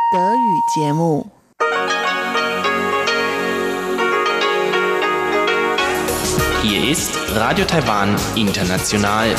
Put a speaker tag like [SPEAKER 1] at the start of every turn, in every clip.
[SPEAKER 1] Hier ist Radio Taiwan International.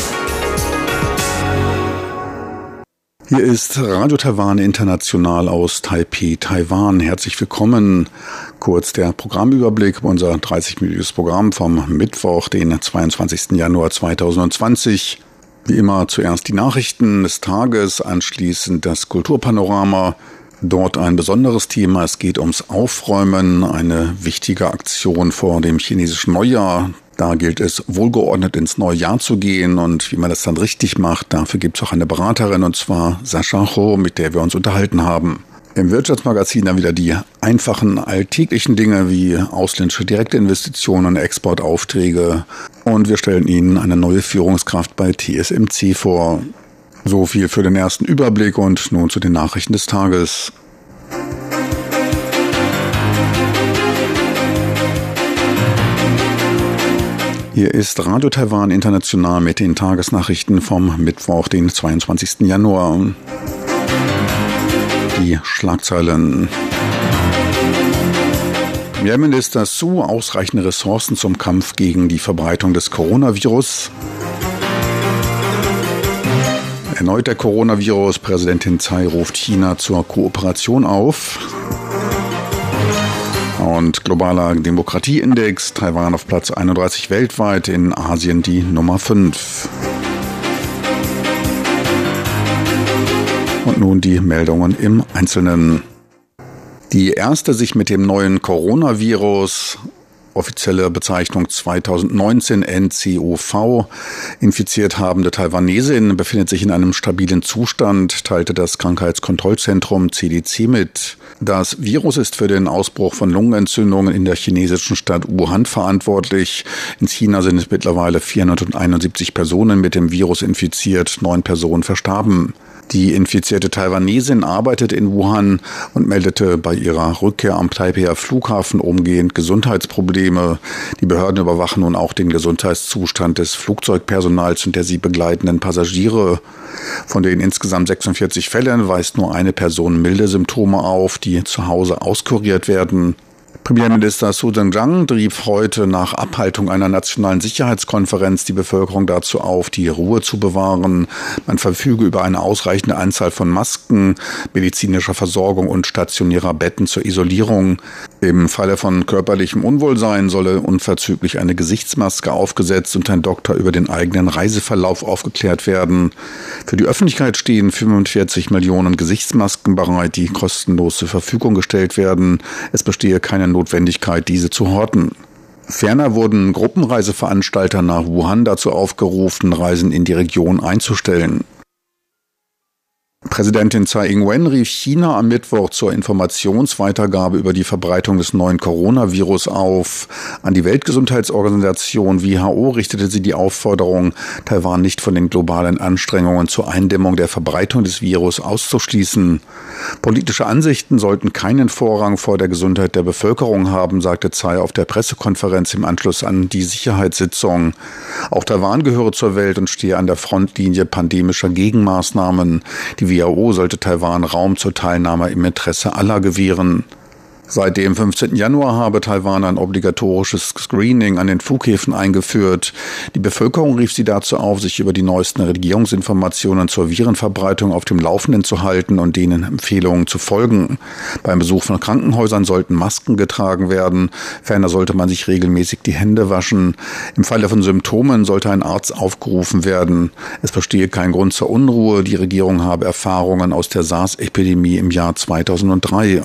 [SPEAKER 2] Hier ist Radio Taiwan International aus Taipei, Taiwan. Herzlich willkommen. Kurz der Programmüberblick, unser 30-minütiges Programm vom Mittwoch, den 22. Januar 2020. Wie immer zuerst die Nachrichten des Tages, anschließend das Kulturpanorama. Dort ein besonderes Thema, es geht ums Aufräumen, eine wichtige Aktion vor dem chinesischen Neujahr. Da gilt es, wohlgeordnet ins neue Jahr zu gehen und wie man das dann richtig macht, dafür gibt es auch eine Beraterin, und zwar Sascha Ho, mit der wir uns unterhalten haben. Im Wirtschaftsmagazin dann wieder die einfachen alltäglichen Dinge wie ausländische Direktinvestitionen, Exportaufträge, und wir stellen Ihnen eine neue Führungskraft bei TSMC vor. So viel für den ersten Überblick und nun zu den Nachrichten des Tages. Hier ist Radio Taiwan International mit den Tagesnachrichten vom Mittwoch, den 22. Januar. Die Schlagzeilen. Premierminister Su, ausreichende Ressourcen zum Kampf gegen die Verbreitung des Coronavirus. Erneut der Coronavirus, Präsidentin Tsai ruft China zur Kooperation auf. Und globaler Demokratieindex, Taiwan auf Platz 31 weltweit, in Asien die Nummer 5. Und nun die Meldungen im Einzelnen. Die erste sich mit dem neuen Coronavirus, offizielle Bezeichnung 2019 NCOV, infiziert habende Taiwanesin befindet sich in einem stabilen Zustand, teilte das Krankheitskontrollzentrum CDC mit. Das Virus ist für den Ausbruch von Lungenentzündungen in der chinesischen Stadt Wuhan verantwortlich. In China sind es mittlerweile 471 Personen mit dem Virus infiziert, 9 Personen verstarben. Die infizierte Taiwanesin arbeitet in Wuhan und meldete bei ihrer Rückkehr am Taipeier Flughafen umgehend Gesundheitsprobleme. Die Behörden überwachen nun auch den Gesundheitszustand des Flugzeugpersonals und der sie begleitenden Passagiere. Von den insgesamt 46 Fällen weist nur eine Person milde Symptome auf, die zu Hause auskuriert werden. Premierminister Su Tseng-chang rief heute nach Abhaltung einer nationalen Sicherheitskonferenz die Bevölkerung dazu auf, die Ruhe zu bewahren. Man verfüge über eine ausreichende Anzahl von Masken, medizinischer Versorgung und stationärer Betten zur Isolierung. Im Falle von körperlichem Unwohlsein solle unverzüglich eine Gesichtsmaske aufgesetzt und ein Doktor über den eigenen Reiseverlauf aufgeklärt werden. Für die Öffentlichkeit stehen 45 Millionen Gesichtsmasken bereit, die kostenlos zur Verfügung gestellt werden. Es bestehe keine Notwendigkeit, diese zu horten. Ferner wurden Gruppenreiseveranstalter nach Wuhan dazu aufgerufen, Reisen in die Region einzustellen. Präsidentin Tsai Ing-wen rief China am Mittwoch zur Informationsweitergabe über die Verbreitung des neuen Coronavirus auf. An die Weltgesundheitsorganisation WHO richtete sie die Aufforderung, Taiwan nicht von den globalen Anstrengungen zur Eindämmung der Verbreitung des Virus auszuschließen. Politische Ansichten sollten keinen Vorrang vor der Gesundheit der Bevölkerung haben, sagte Tsai auf der Pressekonferenz im Anschluss an die Sicherheitssitzung. Auch Taiwan gehöre zur Welt und stehe an der Frontlinie pandemischer Gegenmaßnahmen. Die WHO sollte Taiwan Raum zur Teilnahme im Interesse aller gewähren. Seit dem 15. Januar habe Taiwan ein obligatorisches Screening an den Flughäfen eingeführt. Die Bevölkerung rief sie dazu auf, sich über die neuesten Regierungsinformationen zur Virenverbreitung auf dem Laufenden zu halten und denen Empfehlungen zu folgen. Beim Besuch von Krankenhäusern sollten Masken getragen werden. Ferner sollte man sich regelmäßig die Hände waschen. Im Falle von Symptomen sollte ein Arzt aufgerufen werden. Es bestehe kein Grund zur Unruhe. Die Regierung habe Erfahrungen aus der SARS-Epidemie im Jahr 2003.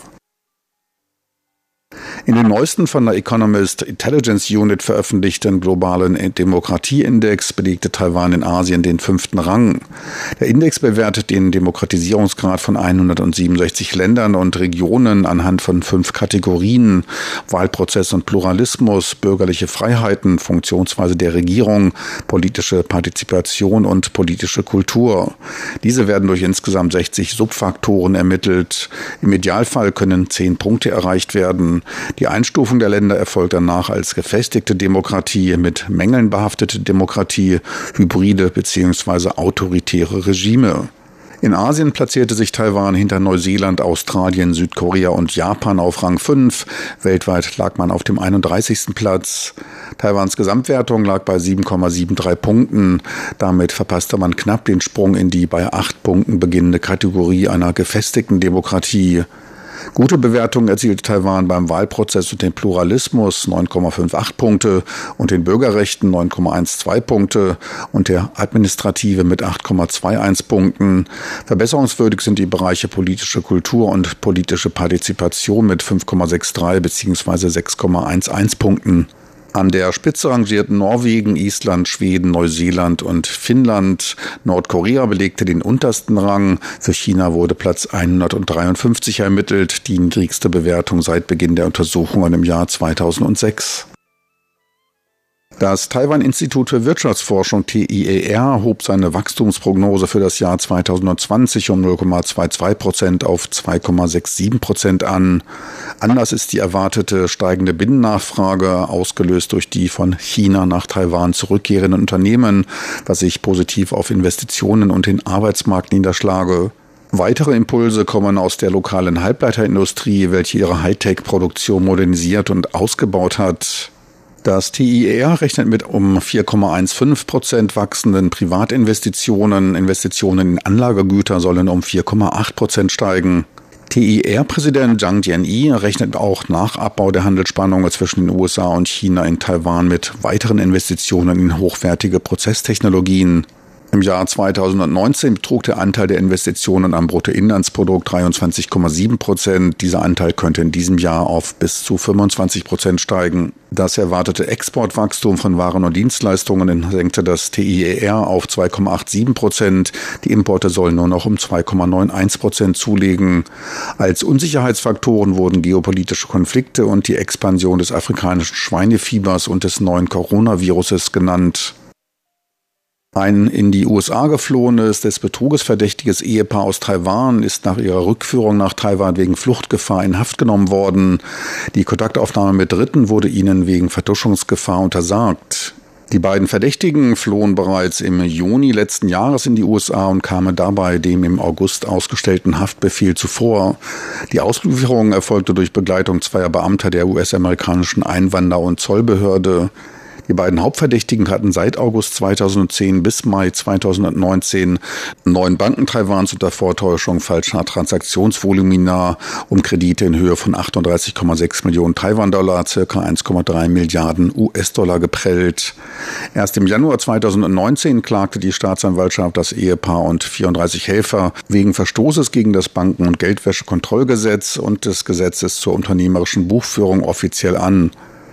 [SPEAKER 2] In dem neuesten von der Economist Intelligence Unit veröffentlichten globalen Demokratieindex belegte Taiwan in Asien den 5. Rang. Der Index bewertet den Demokratisierungsgrad von 167 Ländern und Regionen anhand von 5 Kategorien: Wahlprozess und Pluralismus, bürgerliche Freiheiten, Funktionsweise der Regierung, politische Partizipation und politische Kultur. Diese werden durch insgesamt 60 Subfaktoren ermittelt. Im Idealfall können 10 Punkte erreicht werden. Die Einstufung der Länder erfolgt danach als gefestigte Demokratie, mit Mängeln behaftete Demokratie, hybride bzw. autoritäre Regime. In Asien platzierte sich Taiwan hinter Neuseeland, Australien, Südkorea und Japan auf Rang 5. Weltweit lag man auf dem 31. Platz. Taiwans Gesamtwertung lag bei 7,73 Punkten. Damit verpasste man knapp den Sprung in die bei 8 Punkten beginnende Kategorie einer gefestigten Demokratie. Gute Bewertungen erzielte Taiwan beim Wahlprozess und dem Pluralismus 9,58 Punkte und den Bürgerrechten 9,12 Punkte und der Administrative mit 8,21 Punkten. Verbesserungswürdig sind die Bereiche politische Kultur und politische Partizipation mit 5,63 bzw. 6,11 Punkten. An der Spitze rangierten Norwegen, Island, Schweden, Neuseeland und Finnland. Nordkorea belegte den untersten Rang. Für China wurde Platz 153 ermittelt, die niedrigste Bewertung seit Beginn der Untersuchungen im Jahr 2006. Das Taiwan-Institut für Wirtschaftsforschung TIER hob seine Wachstumsprognose für das Jahr 2020 um 0,22% auf 2,67% an. Anlass ist die erwartete steigende Binnennachfrage, ausgelöst durch die von China nach Taiwan zurückkehrenden Unternehmen, was sich positiv auf Investitionen und den Arbeitsmarkt niederschlage. Weitere Impulse kommen aus der lokalen Halbleiterindustrie, welche ihre Hightech-Produktion modernisiert und ausgebaut hat. Das TIER rechnet mit um 4,15% wachsenden Privatinvestitionen. Investitionen in Anlagegüter sollen um 4,8% steigen. TIER-Präsident Zhang Jianyi rechnet auch nach Abbau der Handelsspannungen zwischen den USA und China in Taiwan mit weiteren Investitionen in hochwertige Prozesstechnologien. Im Jahr 2019 betrug der Anteil der Investitionen am Bruttoinlandsprodukt 23,7%. Dieser Anteil könnte in diesem Jahr auf bis zu 25% steigen. Das erwartete Exportwachstum von Waren und Dienstleistungen senkte das TIER auf 2,87%. Die Importe sollen nur noch um 2,91% zulegen. Als Unsicherheitsfaktoren wurden geopolitische Konflikte und die Expansion des afrikanischen Schweinefiebers und des neuen Coronaviruses genannt. Ein in die USA geflohenes, des Betruges verdächtiges Ehepaar aus Taiwan ist nach ihrer Rückführung nach Taiwan wegen Fluchtgefahr in Haft genommen worden. Die Kontaktaufnahme mit Dritten wurde ihnen wegen Vertuschungsgefahr untersagt. Die beiden Verdächtigen flohen bereits im Juni letzten Jahres in die USA und kamen dabei dem im August ausgestellten Haftbefehl zuvor. Die Auslieferung erfolgte durch Begleitung zweier Beamter der US-amerikanischen Einwander- und Zollbehörde. Die beiden Hauptverdächtigen hatten seit August 2010 bis Mai 2019 9 Banken Taiwans unter Vortäuschung falscher Transaktionsvolumina um Kredite in Höhe von 38,6 Millionen Taiwan-Dollar, ca. 1,3 Milliarden US-Dollar geprellt. Erst im Januar 2019 klagte die Staatsanwaltschaft das Ehepaar und 34 Helfer wegen Verstoßes gegen das Banken- und Geldwäschekontrollgesetz und des Gesetzes zur unternehmerischen Buchführung offiziell an.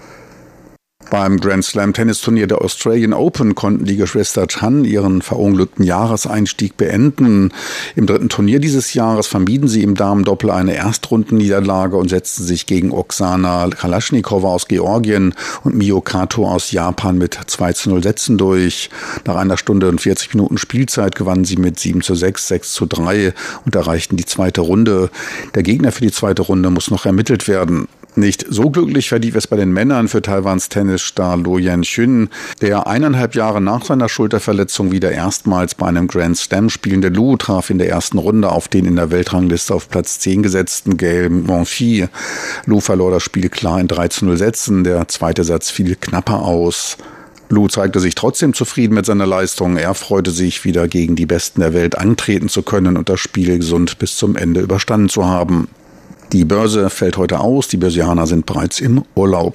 [SPEAKER 2] Beim Grand Slam Tennisturnier der Australian Open konnten die Geschwister Chan ihren verunglückten Jahreseinstieg beenden. Im dritten Turnier dieses Jahres vermieden sie im Damendoppel eine Erstrundenniederlage und setzten sich gegen Oksana Kalaschnikowa aus Georgien und Mio Kato aus Japan mit 2:0 Sätzen durch. Nach einer Stunde und 40 Minuten Spielzeit gewannen sie mit 7:6, 6:3 und erreichten die zweite Runde. Der Gegner für die zweite Runde muss noch ermittelt werden. Nicht so glücklich verlief es bei den Männern für Taiwans Tennisstar Lo Yan-chun, der 1,5 Jahre nach seiner Schulterverletzung wieder erstmals bei einem Grand Slam spielende Lu traf in der ersten Runde auf den in der Weltrangliste auf Platz 10 gesetzten Gael Monfils. Lu verlor das Spiel klar in 3:0 Sätzen, der zweite Satz fiel knapper aus. Lu zeigte sich trotzdem zufrieden mit seiner Leistung. Er freute sich, wieder gegen die Besten der Welt antreten zu können und das Spiel gesund bis zum Ende überstanden zu haben. Die Börse fällt heute aus, die Börsianer sind bereits im Urlaub.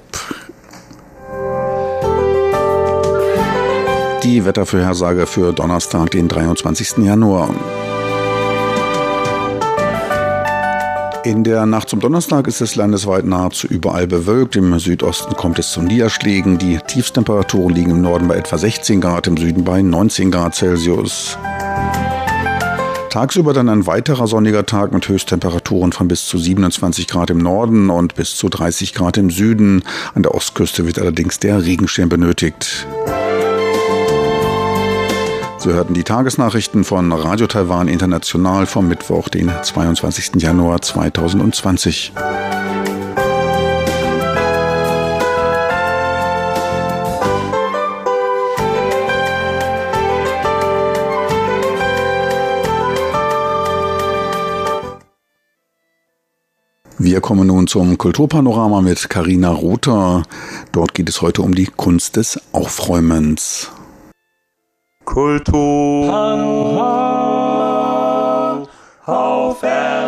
[SPEAKER 2] Die Wettervorhersage für Donnerstag, den 23. Januar. In der Nacht zum Donnerstag ist es landesweit nahezu überall bewölkt. Im Südosten kommt es zu Niederschlägen. Die Tiefstemperaturen liegen im Norden bei etwa 16 Grad, im Süden bei 19 Grad Celsius. Tagsüber dann ein weiterer sonniger Tag mit Höchsttemperaturen von bis zu 27 Grad im Norden und bis zu 30 Grad im Süden. An der Ostküste wird allerdings der Regenschirm benötigt. Sie hörten die Tagesnachrichten von Radio Taiwan International vom Mittwoch, den 22. Januar 2020. Wir kommen nun zum Kulturpanorama mit Carina Rother. Dort geht es heute um die Kunst des Aufräumens.
[SPEAKER 3] Kulturpanorama auf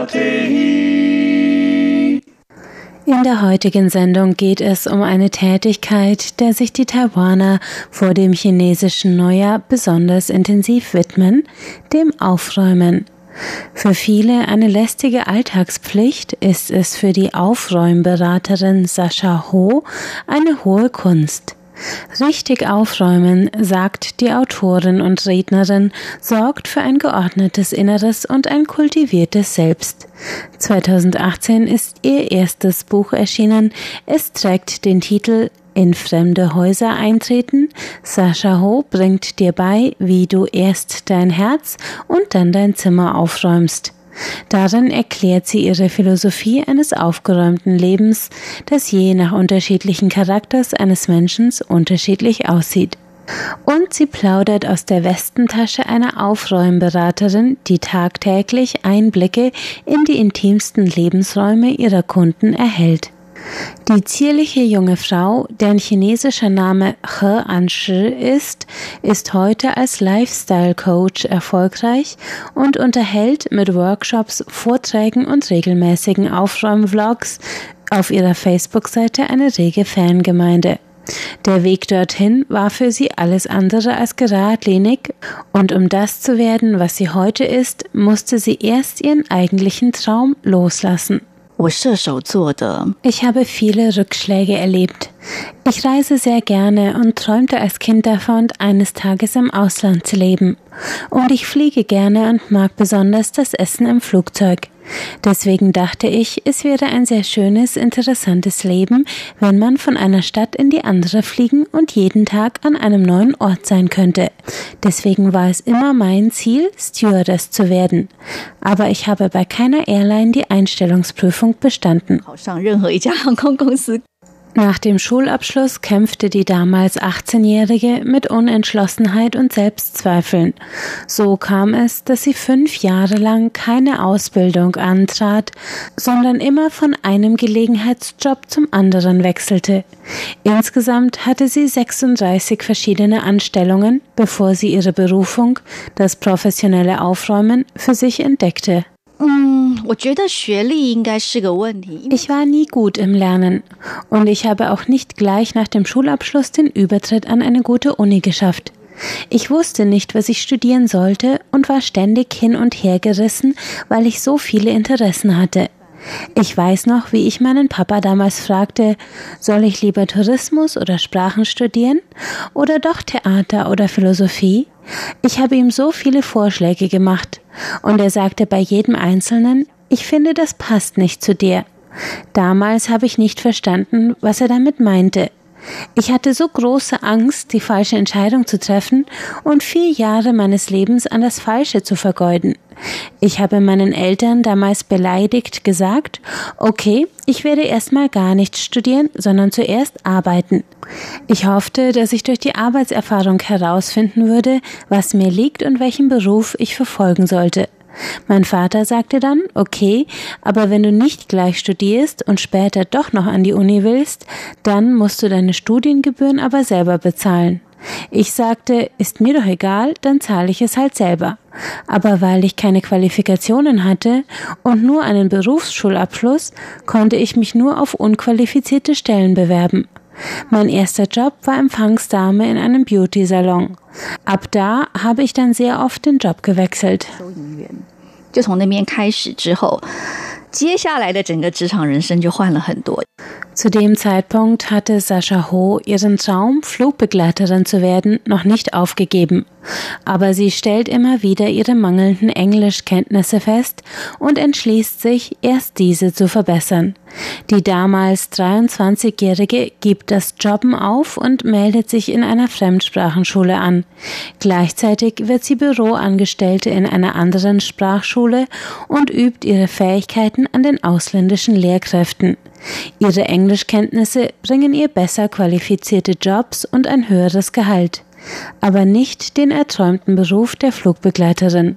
[SPEAKER 3] RTI.
[SPEAKER 4] In der heutigen Sendung geht es um eine Tätigkeit, der sich die Taiwaner vor dem chinesischen Neujahr besonders intensiv widmen, dem Aufräumen. Für viele eine lästige Alltagspflicht, ist es für die Aufräumberaterin Sascha Ho eine hohe Kunst. Richtig aufräumen, sagt die Autorin und Rednerin, sorgt für ein geordnetes Inneres und ein kultiviertes Selbst. 2018 ist ihr erstes Buch erschienen. Es trägt den Titel In fremde Häuser eintreten. Sascha Ho bringt dir bei, wie du erst dein Herz und dann dein Zimmer aufräumst. Darin erklärt sie ihre Philosophie eines aufgeräumten Lebens, das je nach unterschiedlichen Charakters eines Menschen unterschiedlich aussieht. Und sie plaudert aus der Westentasche einer Aufräumberaterin, die tagtäglich Einblicke in die intimsten Lebensräume ihrer Kunden erhält. Die zierliche junge Frau, deren chinesischer Name He Anshi ist heute als Lifestyle-Coach erfolgreich und unterhält mit Workshops, Vorträgen und regelmäßigen Aufräumvlogs auf ihrer Facebook-Seite eine rege Fangemeinde. Der Weg dorthin war für sie alles andere als geradlinig, und um das zu werden, was sie heute ist, musste sie erst ihren eigentlichen Traum loslassen. Ich habe viele Rückschläge erlebt. Ich reise sehr gerne und träumte als Kind davon, eines Tages im Ausland zu leben. Und ich fliege gerne und mag besonders das Essen im Flugzeug. Deswegen dachte ich, es wäre ein sehr schönes, interessantes Leben, wenn man von einer Stadt in die andere fliegen und jeden Tag an einem neuen Ort sein könnte. Deswegen war es immer mein Ziel, Stewardess zu werden. Aber ich habe bei keiner Airline die Einstellungsprüfung bestanden. Nach dem Schulabschluss kämpfte die damals 18-Jährige mit Unentschlossenheit und Selbstzweifeln. So kam es, dass sie 5 Jahre lang keine Ausbildung antrat, sondern immer von einem Gelegenheitsjob zum anderen wechselte. Insgesamt hatte sie 36 verschiedene Anstellungen, bevor sie ihre Berufung, das professionelle Aufräumen, für sich entdeckte. Ich war nie gut im Lernen und ich habe auch nicht gleich nach dem Schulabschluss den Übertritt an eine gute Uni geschafft. Ich wusste nicht, was ich studieren sollte und war ständig hin und her gerissen, weil ich so viele Interessen hatte. Ich weiß noch, wie ich meinen Papa damals fragte, soll ich lieber Tourismus oder Sprachen studieren oder doch Theater oder Philosophie? Ich habe ihm so viele Vorschläge gemacht und er sagte bei jedem Einzelnen, ich finde, das passt nicht zu dir. Damals habe ich nicht verstanden, was er damit meinte. Ich hatte so große Angst, die falsche Entscheidung zu treffen und 4 Jahre meines Lebens an das Falsche zu vergeuden. Ich habe meinen Eltern damals beleidigt gesagt, okay, ich werde erstmal gar nicht studieren, sondern zuerst arbeiten. Ich hoffte, dass ich durch die Arbeitserfahrung herausfinden würde, was mir liegt und welchen Beruf ich verfolgen sollte. Mein Vater sagte dann, okay, aber wenn du nicht gleich studierst und später doch noch an die Uni willst, dann musst du deine Studiengebühren aber selber bezahlen. Ich sagte, ist mir doch egal, dann zahle ich es halt selber. Aber weil ich keine Qualifikationen hatte und nur einen Berufsschulabschluss, konnte ich mich nur auf unqualifizierte Stellen bewerben. Mein erster Job war Empfangsdame in einem Beauty-Salon. Ab da habe ich dann sehr oft den Job gewechselt. Zu dem Zeitpunkt hatte Sascha Ho ihren Traum, Flugbegleiterin zu werden, noch nicht aufgegeben. Aber sie stellt immer wieder ihre mangelnden Englischkenntnisse fest und entschließt sich, erst diese zu verbessern. Die damals 23-Jährige gibt das Jobben auf und meldet sich in einer Fremdsprachenschule an. Gleichzeitig wird sie Büroangestellte in einer anderen Sprachschule und übt ihre Fähigkeiten an den ausländischen Lehrkräften. Ihre Englischkenntnisse bringen ihr besser qualifizierte Jobs und ein höheres Gehalt. aber nicht den erträumten Beruf der Flugbegleiterin.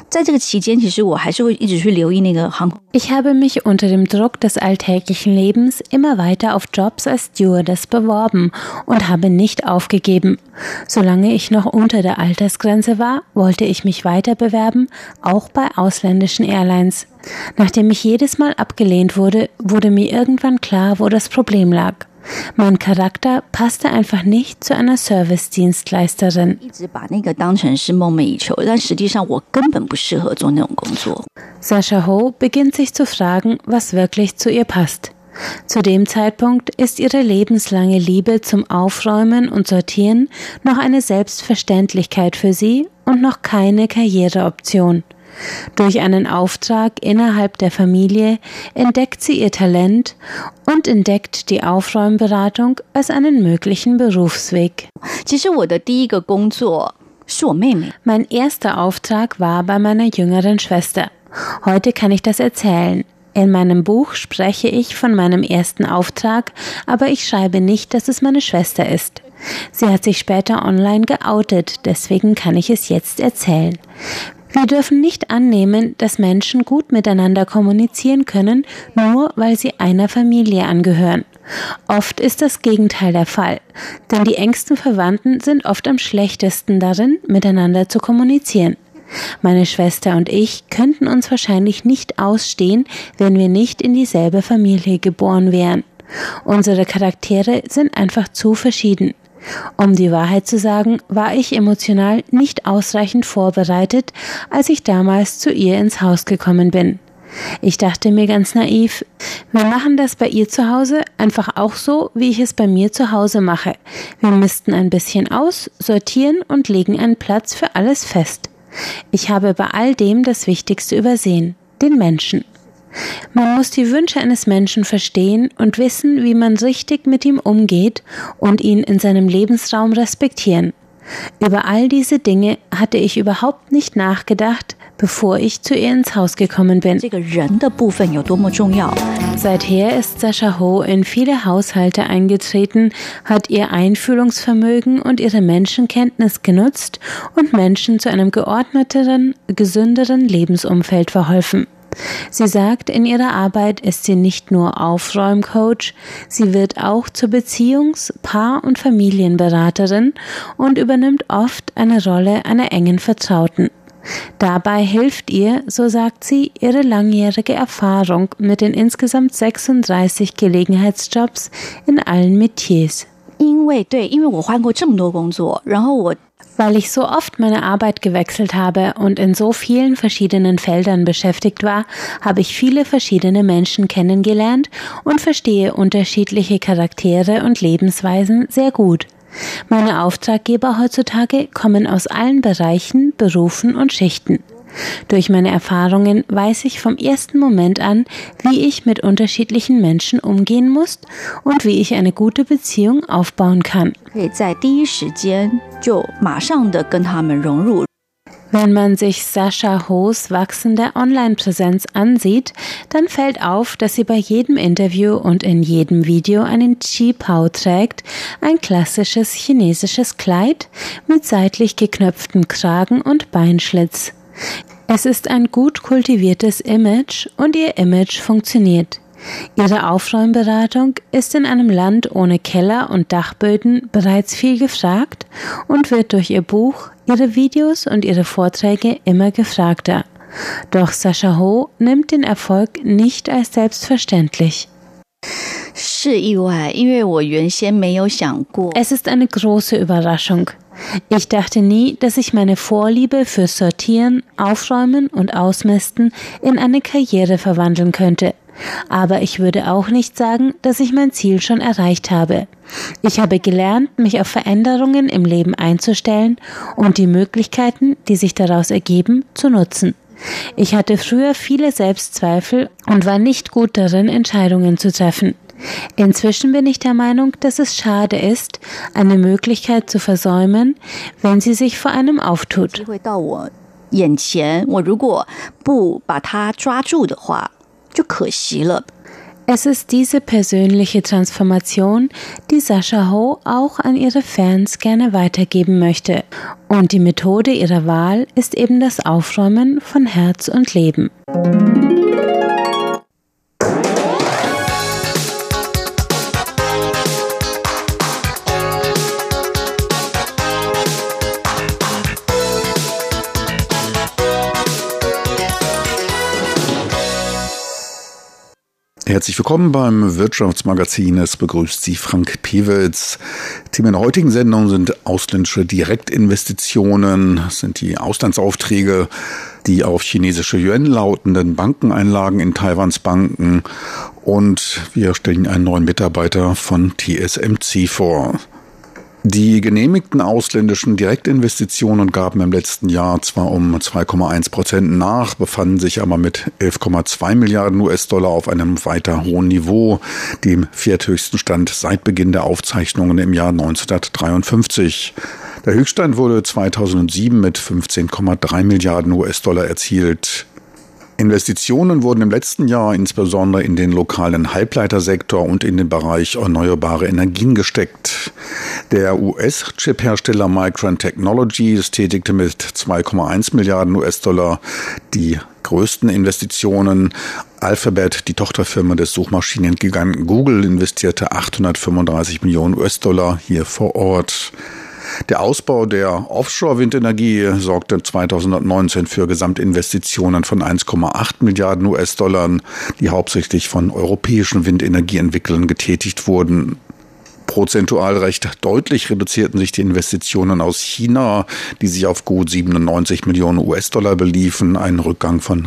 [SPEAKER 4] Ich habe mich unter dem Druck des alltäglichen Lebens immer weiter auf Jobs als Stewardess beworben und habe nicht aufgegeben. Solange ich noch unter der Altersgrenze war, wollte ich mich weiter bewerben, auch bei ausländischen Airlines. Nachdem ich jedes Mal abgelehnt wurde, wurde mir irgendwann klar, wo das Problem lag. Mein Charakter passte einfach nicht zu einer Service-Dienstleisterin. Sascha Ho beginnt sich zu fragen, was wirklich zu ihr passt. Zu dem Zeitpunkt ist ihre lebenslange Liebe zum Aufräumen und Sortieren noch eine Selbstverständlichkeit für sie und noch keine Karriereoption. Durch einen Auftrag innerhalb der Familie entdeckt sie ihr Talent und entdeckt die Aufräumberatung als einen möglichen Berufsweg. Mein erster Auftrag war bei meiner jüngeren Schwester. Heute kann ich das erzählen. In meinem Buch spreche ich von meinem ersten Auftrag, aber ich schreibe nicht, dass es meine Schwester ist. Sie hat sich später online geoutet, deswegen kann ich es jetzt erzählen. Wir dürfen nicht annehmen, dass Menschen gut miteinander kommunizieren können, nur weil sie einer Familie angehören. Oft ist das Gegenteil der Fall, denn die engsten Verwandten sind oft am schlechtesten darin, miteinander zu kommunizieren. Meine Schwester und ich könnten uns wahrscheinlich nicht ausstehen, wenn wir nicht in dieselbe Familie geboren wären. Unsere Charaktere sind einfach zu verschieden. Um die Wahrheit zu sagen, war ich emotional nicht ausreichend vorbereitet, als ich damals zu ihr ins Haus gekommen bin. Ich dachte mir ganz naiv, wir machen das bei ihr zu Hause einfach auch so, wie ich es bei mir zu Hause mache. Wir misten ein bisschen aus, sortieren und legen einen Platz für alles fest. Ich habe bei all dem das Wichtigste übersehen, den Menschen. Man muss die Wünsche eines Menschen verstehen und wissen, wie man richtig mit ihm umgeht und ihn in seinem Lebensraum respektieren. Über all diese Dinge hatte ich überhaupt nicht nachgedacht, bevor ich zu ihr ins Haus gekommen bin. Seither ist Sascha Ho in viele Haushalte eingetreten, hat ihr Einfühlungsvermögen und ihre Menschenkenntnis genutzt und Menschen zu einem geordneteren, gesünderen Lebensumfeld verholfen. Sie sagt, in ihrer Arbeit ist sie nicht nur Aufräumcoach, sie wird auch zur Beziehungs-, Paar- und Familienberaterin und übernimmt oft eine Rolle einer engen Vertrauten. Dabei hilft ihr, so sagt sie, ihre langjährige Erfahrung mit den insgesamt 36 Gelegenheitsjobs in allen Metiers. Weil ich so oft meine Arbeit gewechselt habe und in so vielen verschiedenen Feldern beschäftigt war, habe ich viele verschiedene Menschen kennengelernt und verstehe unterschiedliche Charaktere und Lebensweisen sehr gut. Meine Auftraggeber heutzutage kommen aus allen Bereichen, Berufen und Schichten. Durch meine Erfahrungen weiß ich vom ersten Moment an, wie ich mit unterschiedlichen Menschen umgehen muss und wie ich eine gute Beziehung aufbauen kann. Wenn man sich Sascha Hos wachsende Online-Präsenz ansieht, dann fällt auf, dass sie bei jedem Interview und in jedem Video einen Qipao trägt, ein klassisches chinesisches Kleid mit seitlich geknöpftem Kragen und Beinschlitz. Es ist ein gut kultiviertes Image und ihr Image funktioniert. Ihre Aufräumberatung ist in einem Land ohne Keller und Dachböden bereits viel gefragt und wird durch ihr Buch, ihre Videos und ihre Vorträge immer gefragter. Doch Sascha Ho nimmt den Erfolg nicht als selbstverständlich. Es ist eine große Überraschung. Ich dachte nie, dass ich meine Vorliebe für Sortieren, Aufräumen und Ausmisten in eine Karriere verwandeln könnte. Aber ich würde auch nicht sagen, dass ich mein Ziel schon erreicht habe. Ich habe gelernt, mich auf Veränderungen im Leben einzustellen und die Möglichkeiten, die sich daraus ergeben, zu nutzen. Ich hatte früher viele Selbstzweifel und war nicht gut darin, Entscheidungen zu treffen. Inzwischen bin ich der Meinung, dass es schade ist, eine Möglichkeit zu versäumen, wenn sie sich vor einem auftut. Es ist diese persönliche Transformation, die Sascha Ho auch an ihre Fans gerne weitergeben möchte. Und die Methode ihrer Wahl ist eben das Aufräumen von Herz und Leben.
[SPEAKER 2] Herzlich willkommen beim Wirtschaftsmagazin. Es begrüßt Sie Frank Pewitz. Themen der heutigen Sendung sind ausländische Direktinvestitionen, das sind die Auslandsaufträge, die auf chinesische Yuan lautenden Bankeneinlagen in Taiwans Banken, und wir stellen einen neuen Mitarbeiter von TSMC vor. Die genehmigten ausländischen Direktinvestitionen gaben im letzten Jahr zwar um 2,1% nach, befanden sich aber mit 11,2 Milliarden US-Dollar auf einem weiter hohen Niveau, dem vierthöchsten Stand seit Beginn der Aufzeichnungen im Jahr 1953. Der Höchststand wurde 2007 mit 15,3 Milliarden US-Dollar erzielt. Investitionen wurden im letzten Jahr insbesondere in den lokalen Halbleitersektor und in den Bereich erneuerbare Energien gesteckt. Der US-Chip-Hersteller Micron Technologies tätigte mit 2,1 Milliarden US-Dollar die größten Investitionen. Alphabet, die Tochterfirma des Suchmaschinengiganten Google, investierte 835 Millionen US-Dollar hier vor Ort. Der Ausbau der Offshore-Windenergie sorgte 2019 für Gesamtinvestitionen von 1,8 Milliarden US-Dollar, die hauptsächlich von europäischen Windenergieentwicklern getätigt wurden. Prozentual recht deutlich reduzierten sich die Investitionen aus China, die sich auf gut 97 Millionen US-Dollar beliefen, ein Rückgang von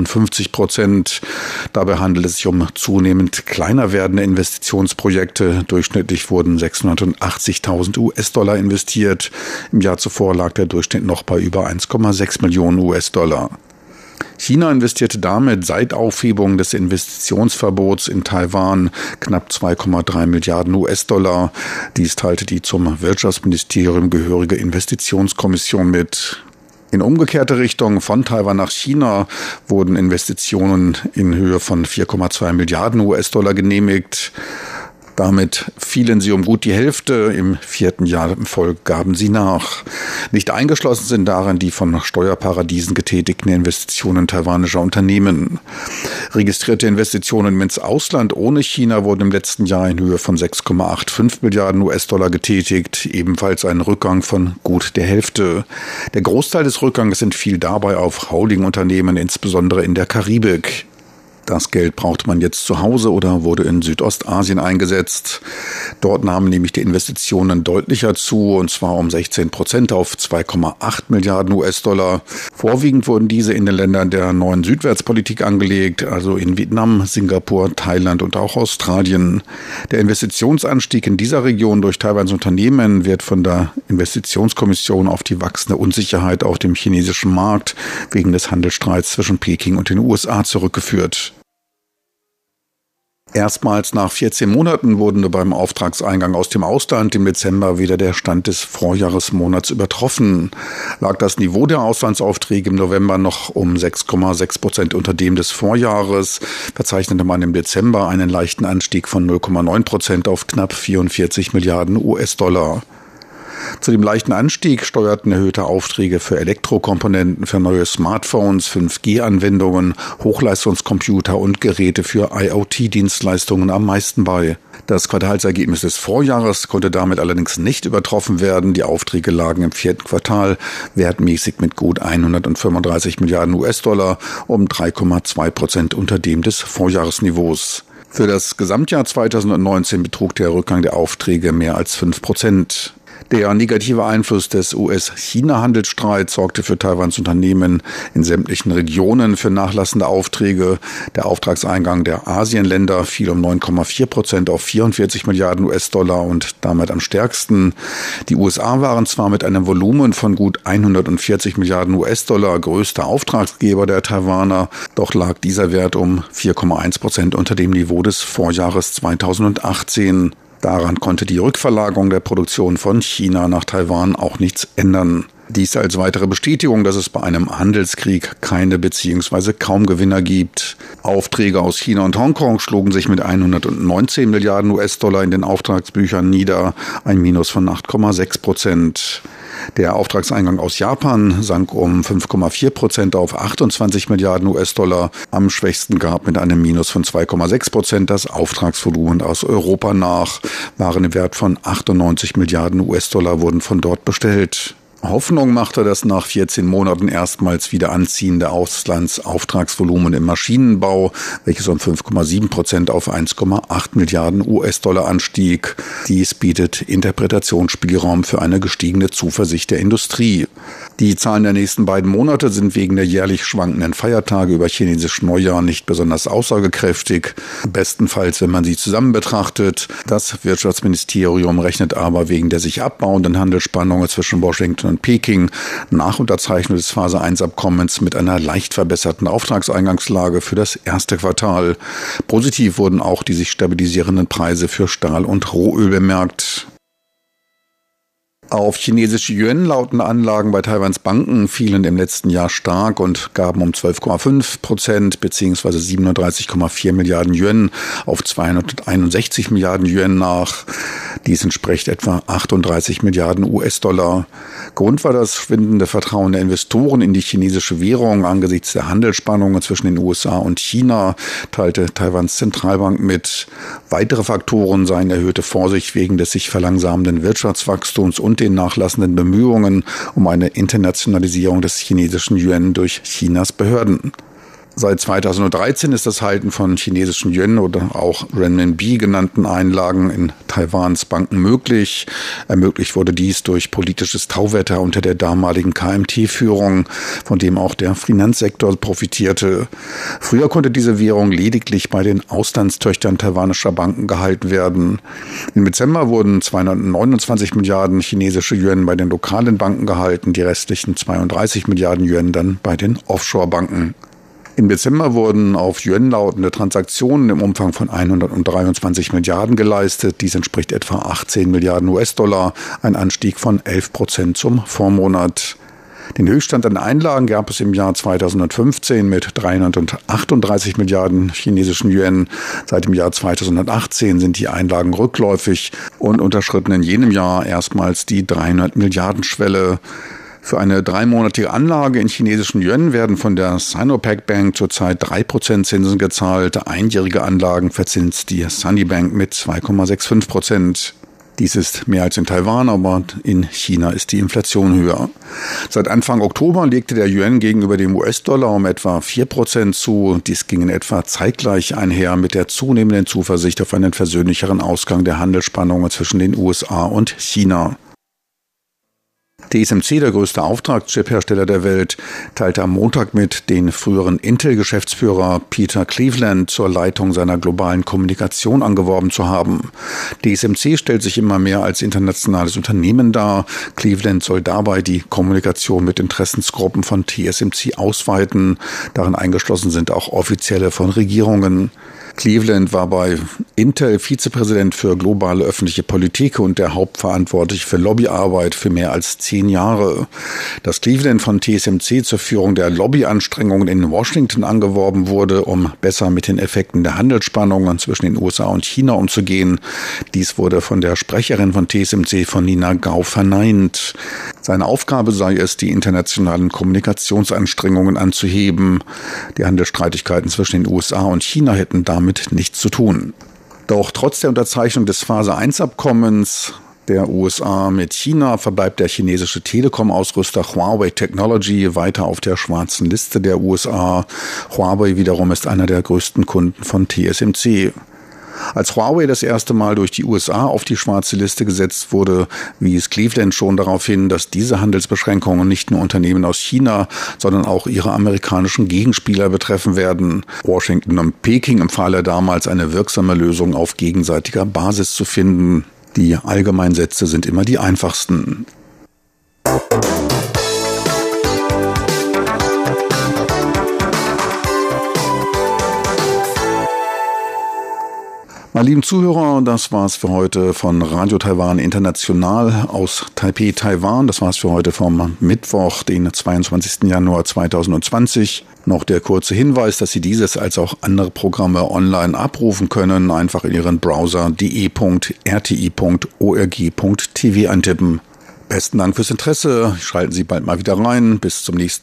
[SPEAKER 2] 58%. Dabei handelt es sich um zunehmend kleiner werdende Investitionsprojekte. Durchschnittlich wurden 680.000 US-Dollar investiert. Im Jahr zuvor lag der Durchschnitt noch bei über 1,6 Millionen US-Dollar. China investierte damit seit Aufhebung des Investitionsverbots in Taiwan knapp 2,3 Milliarden US-Dollar. Dies teilte die zum Wirtschaftsministerium gehörige Investitionskommission mit. In umgekehrte Richtung von Taiwan nach China wurden Investitionen in Höhe von 4,2 Milliarden US-Dollar genehmigt. Damit fielen sie um gut die Hälfte. Im vierten Jahr im Folge gaben sie nach. Nicht eingeschlossen sind darin die von Steuerparadiesen getätigten Investitionen taiwanischer Unternehmen. Registrierte Investitionen ins Ausland ohne China wurden im letzten Jahr in Höhe von 6,85 Milliarden US-Dollar getätigt, ebenfalls ein Rückgang von gut der Hälfte. Der Großteil des Rückgangs entfiel dabei auf Holdingunternehmen, insbesondere in der Karibik. Das Geld braucht man jetzt zu Hause oder wurde in Südostasien eingesetzt. Dort nahmen nämlich die Investitionen deutlicher zu, und zwar um 16% auf 2,8 Milliarden US-Dollar. Vorwiegend wurden diese in den Ländern der neuen Südwärtspolitik angelegt, also in Vietnam, Singapur, Thailand und auch Australien. Der Investitionsanstieg in dieser Region durch Taiwans Unternehmen wird von der Investitionskommission auf die wachsende Unsicherheit auf dem chinesischen Markt wegen des Handelsstreits zwischen Peking und den USA zurückgeführt. Erstmals nach 14 Monaten wurde beim Auftragseingang aus dem Ausland im Dezember wieder der Stand des Vorjahresmonats übertroffen. Lag das Niveau der Auslandsaufträge im November noch um 6,6% unter dem des Vorjahres, verzeichnete man im Dezember einen leichten Anstieg von 0,9% auf knapp 44 Milliarden US-Dollar. Zu dem leichten Anstieg steuerten erhöhte Aufträge für Elektrokomponenten für neue Smartphones, 5G-Anwendungen, Hochleistungscomputer und Geräte für IoT-Dienstleistungen am meisten bei. Das Quartalsergebnis des Vorjahres konnte damit allerdings nicht übertroffen werden. Die Aufträge lagen im vierten Quartal wertmäßig mit gut 135 Milliarden US-Dollar um 3,2% unter dem des Vorjahresniveaus. Für das Gesamtjahr 2019 betrug der Rückgang der Aufträge mehr als 5%. Der negative Einfluss des US-China-Handelsstreits sorgte für Taiwans Unternehmen in sämtlichen Regionen für nachlassende Aufträge. Der Auftragseingang der Asienländer fiel um 9,4% auf 44 Milliarden US-Dollar und damit am stärksten. Die USA waren zwar mit einem Volumen von gut 140 Milliarden US-Dollar größter Auftragsgeber der Taiwaner, doch lag dieser Wert um 4,1% unter dem Niveau des Vorjahres 2018. Daran konnte die Rückverlagerung der Produktion von China nach Taiwan auch nichts ändern. Dies als weitere Bestätigung, dass es bei einem Handelskrieg keine bzw. kaum Gewinner gibt. Aufträge aus China und Hongkong schlugen sich mit 119 Milliarden US-Dollar in den Auftragsbüchern nieder, ein Minus von 8,6%. Der Auftragseingang aus Japan sank um 5,4% auf 28 Milliarden US-Dollar. Am schwächsten gab mit einem Minus von 2,6% das Auftragsvolumen aus Europa nach. Waren im Wert von 98 Milliarden US-Dollar wurden von dort bestellt. Hoffnung machte das nach 14 Monaten erstmals wieder anziehende Auslandsauftragsvolumen im Maschinenbau, welches um 5,7% auf 1,8 Milliarden US-Dollar anstieg. Dies bietet Interpretationsspielraum für eine gestiegene Zuversicht der Industrie. Die Zahlen der nächsten beiden Monate sind wegen der jährlich schwankenden Feiertage über chinesischen Neujahr nicht besonders aussagekräftig. Bestenfalls, wenn man sie zusammen betrachtet. Das Wirtschaftsministerium rechnet aber wegen der sich abbauenden Handelsspannungen zwischen Washington und Peking nach Unterzeichnung des Phase-1-Abkommens mit einer leicht verbesserten Auftragseingangslage für das erste Quartal. Positiv wurden auch die sich stabilisierenden Preise für Stahl und Rohöl bemerkt. Auf chinesische Yuan lautende Anlagen bei Taiwans Banken fielen im letzten Jahr stark und gaben um 12,5% bzw. 37,4 Milliarden Yuan auf 261 Milliarden Yuan nach. Dies entspricht etwa 38 Milliarden US-Dollar. Grund war das schwindende Vertrauen der Investoren in die chinesische Währung angesichts der Handelsspannungen zwischen den USA und China, teilte Taiwans Zentralbank mit. Weitere Faktoren seien erhöhte Vorsicht wegen des sich verlangsamenden Wirtschaftswachstums und den nachlassenden Bemühungen um eine Internationalisierung des chinesischen Yuan durch Chinas Behörden. Seit 2013 ist das Halten von chinesischen Yuan oder auch Renminbi genannten Einlagen in Taiwans Banken möglich. Ermöglicht wurde dies durch politisches Tauwetter unter der damaligen KMT-Führung, von dem auch der Finanzsektor profitierte. Früher konnte diese Währung lediglich bei den Auslandstöchtern taiwanischer Banken gehalten werden. Im Dezember wurden 229 Milliarden chinesische Yuan bei den lokalen Banken gehalten, die restlichen 32 Milliarden Yuan dann bei den Offshore-Banken. Im Dezember wurden auf Yuan lautende Transaktionen im Umfang von 123 Milliarden geleistet. Dies entspricht etwa 18 Milliarden US-Dollar, ein Anstieg von 11% zum Vormonat. Den Höchststand an Einlagen gab es im Jahr 2015 mit 338 Milliarden chinesischen Yuan. Seit dem Jahr 2018 sind die Einlagen rückläufig und unterschritten in jenem Jahr erstmals die 300 Milliarden Schwelle. Für eine 3-monatige Anlage in chinesischen Yuan werden von der Sinopac Bank zurzeit 3% Zinsen gezahlt. Einjährige Anlagen verzinst die Sunny Bank mit 2,65%. Dies ist mehr als in Taiwan, aber in China ist die Inflation höher. Seit Anfang Oktober legte der Yuan gegenüber dem US-Dollar um etwa 4% zu. Dies ging in etwa zeitgleich einher mit der zunehmenden Zuversicht auf einen versöhnlicheren Ausgang der Handelsspannungen zwischen den USA und China. TSMC, der größte Auftragschip-Hersteller der Welt, teilte am Montag mit, den früheren Intel-Geschäftsführer Peter Cleveland zur Leitung seiner globalen Kommunikation angeworben zu haben. TSMC stellt sich immer mehr als internationales Unternehmen dar. Cleveland soll dabei die Kommunikation mit Interessensgruppen von TSMC ausweiten. Darin eingeschlossen sind auch Offizielle von Regierungen. Cleveland war bei Intel Vizepräsident für globale öffentliche Politik und der Hauptverantwortliche für Lobbyarbeit für mehr als 10 Jahre. Dass Cleveland von TSMC zur Führung der Lobbyanstrengungen in Washington angeworben wurde, um besser mit den Effekten der Handelsspannungen zwischen den USA und China umzugehen, dies wurde von der Sprecherin von TSMC, von Nina Gao, verneint. Seine Aufgabe sei es, die internationalen Kommunikationsanstrengungen anzuheben. Die Handelsstreitigkeiten zwischen den USA und China hätten damit nichts zu tun. Doch trotz der Unterzeichnung des Phase-1-Abkommens der USA mit China verbleibt der chinesische Telekom-Ausrüster Huawei Technology weiter auf der schwarzen Liste der USA. Huawei wiederum ist einer der größten Kunden von TSMC. Als Huawei das erste Mal durch die USA auf die schwarze Liste gesetzt wurde, wies Cleveland schon darauf hin, dass diese Handelsbeschränkungen nicht nur Unternehmen aus China, sondern auch ihre amerikanischen Gegenspieler betreffen werden. Washington und Peking empfahl er damals, eine wirksame Lösung auf gegenseitiger Basis zu finden. Die Allgemeinsätze sind immer die einfachsten. Meine lieben Zuhörer, das war's für heute von Radio Taiwan International aus Taipei, Taiwan. Das war's für heute vom Mittwoch, den 22. Januar 2020. Noch der kurze Hinweis, dass Sie dieses als auch andere Programme online abrufen können. Einfach in Ihren Browser de.rti.org.tv eintippen. Besten Dank fürs Interesse. Schalten Sie bald mal wieder rein. Bis zum nächsten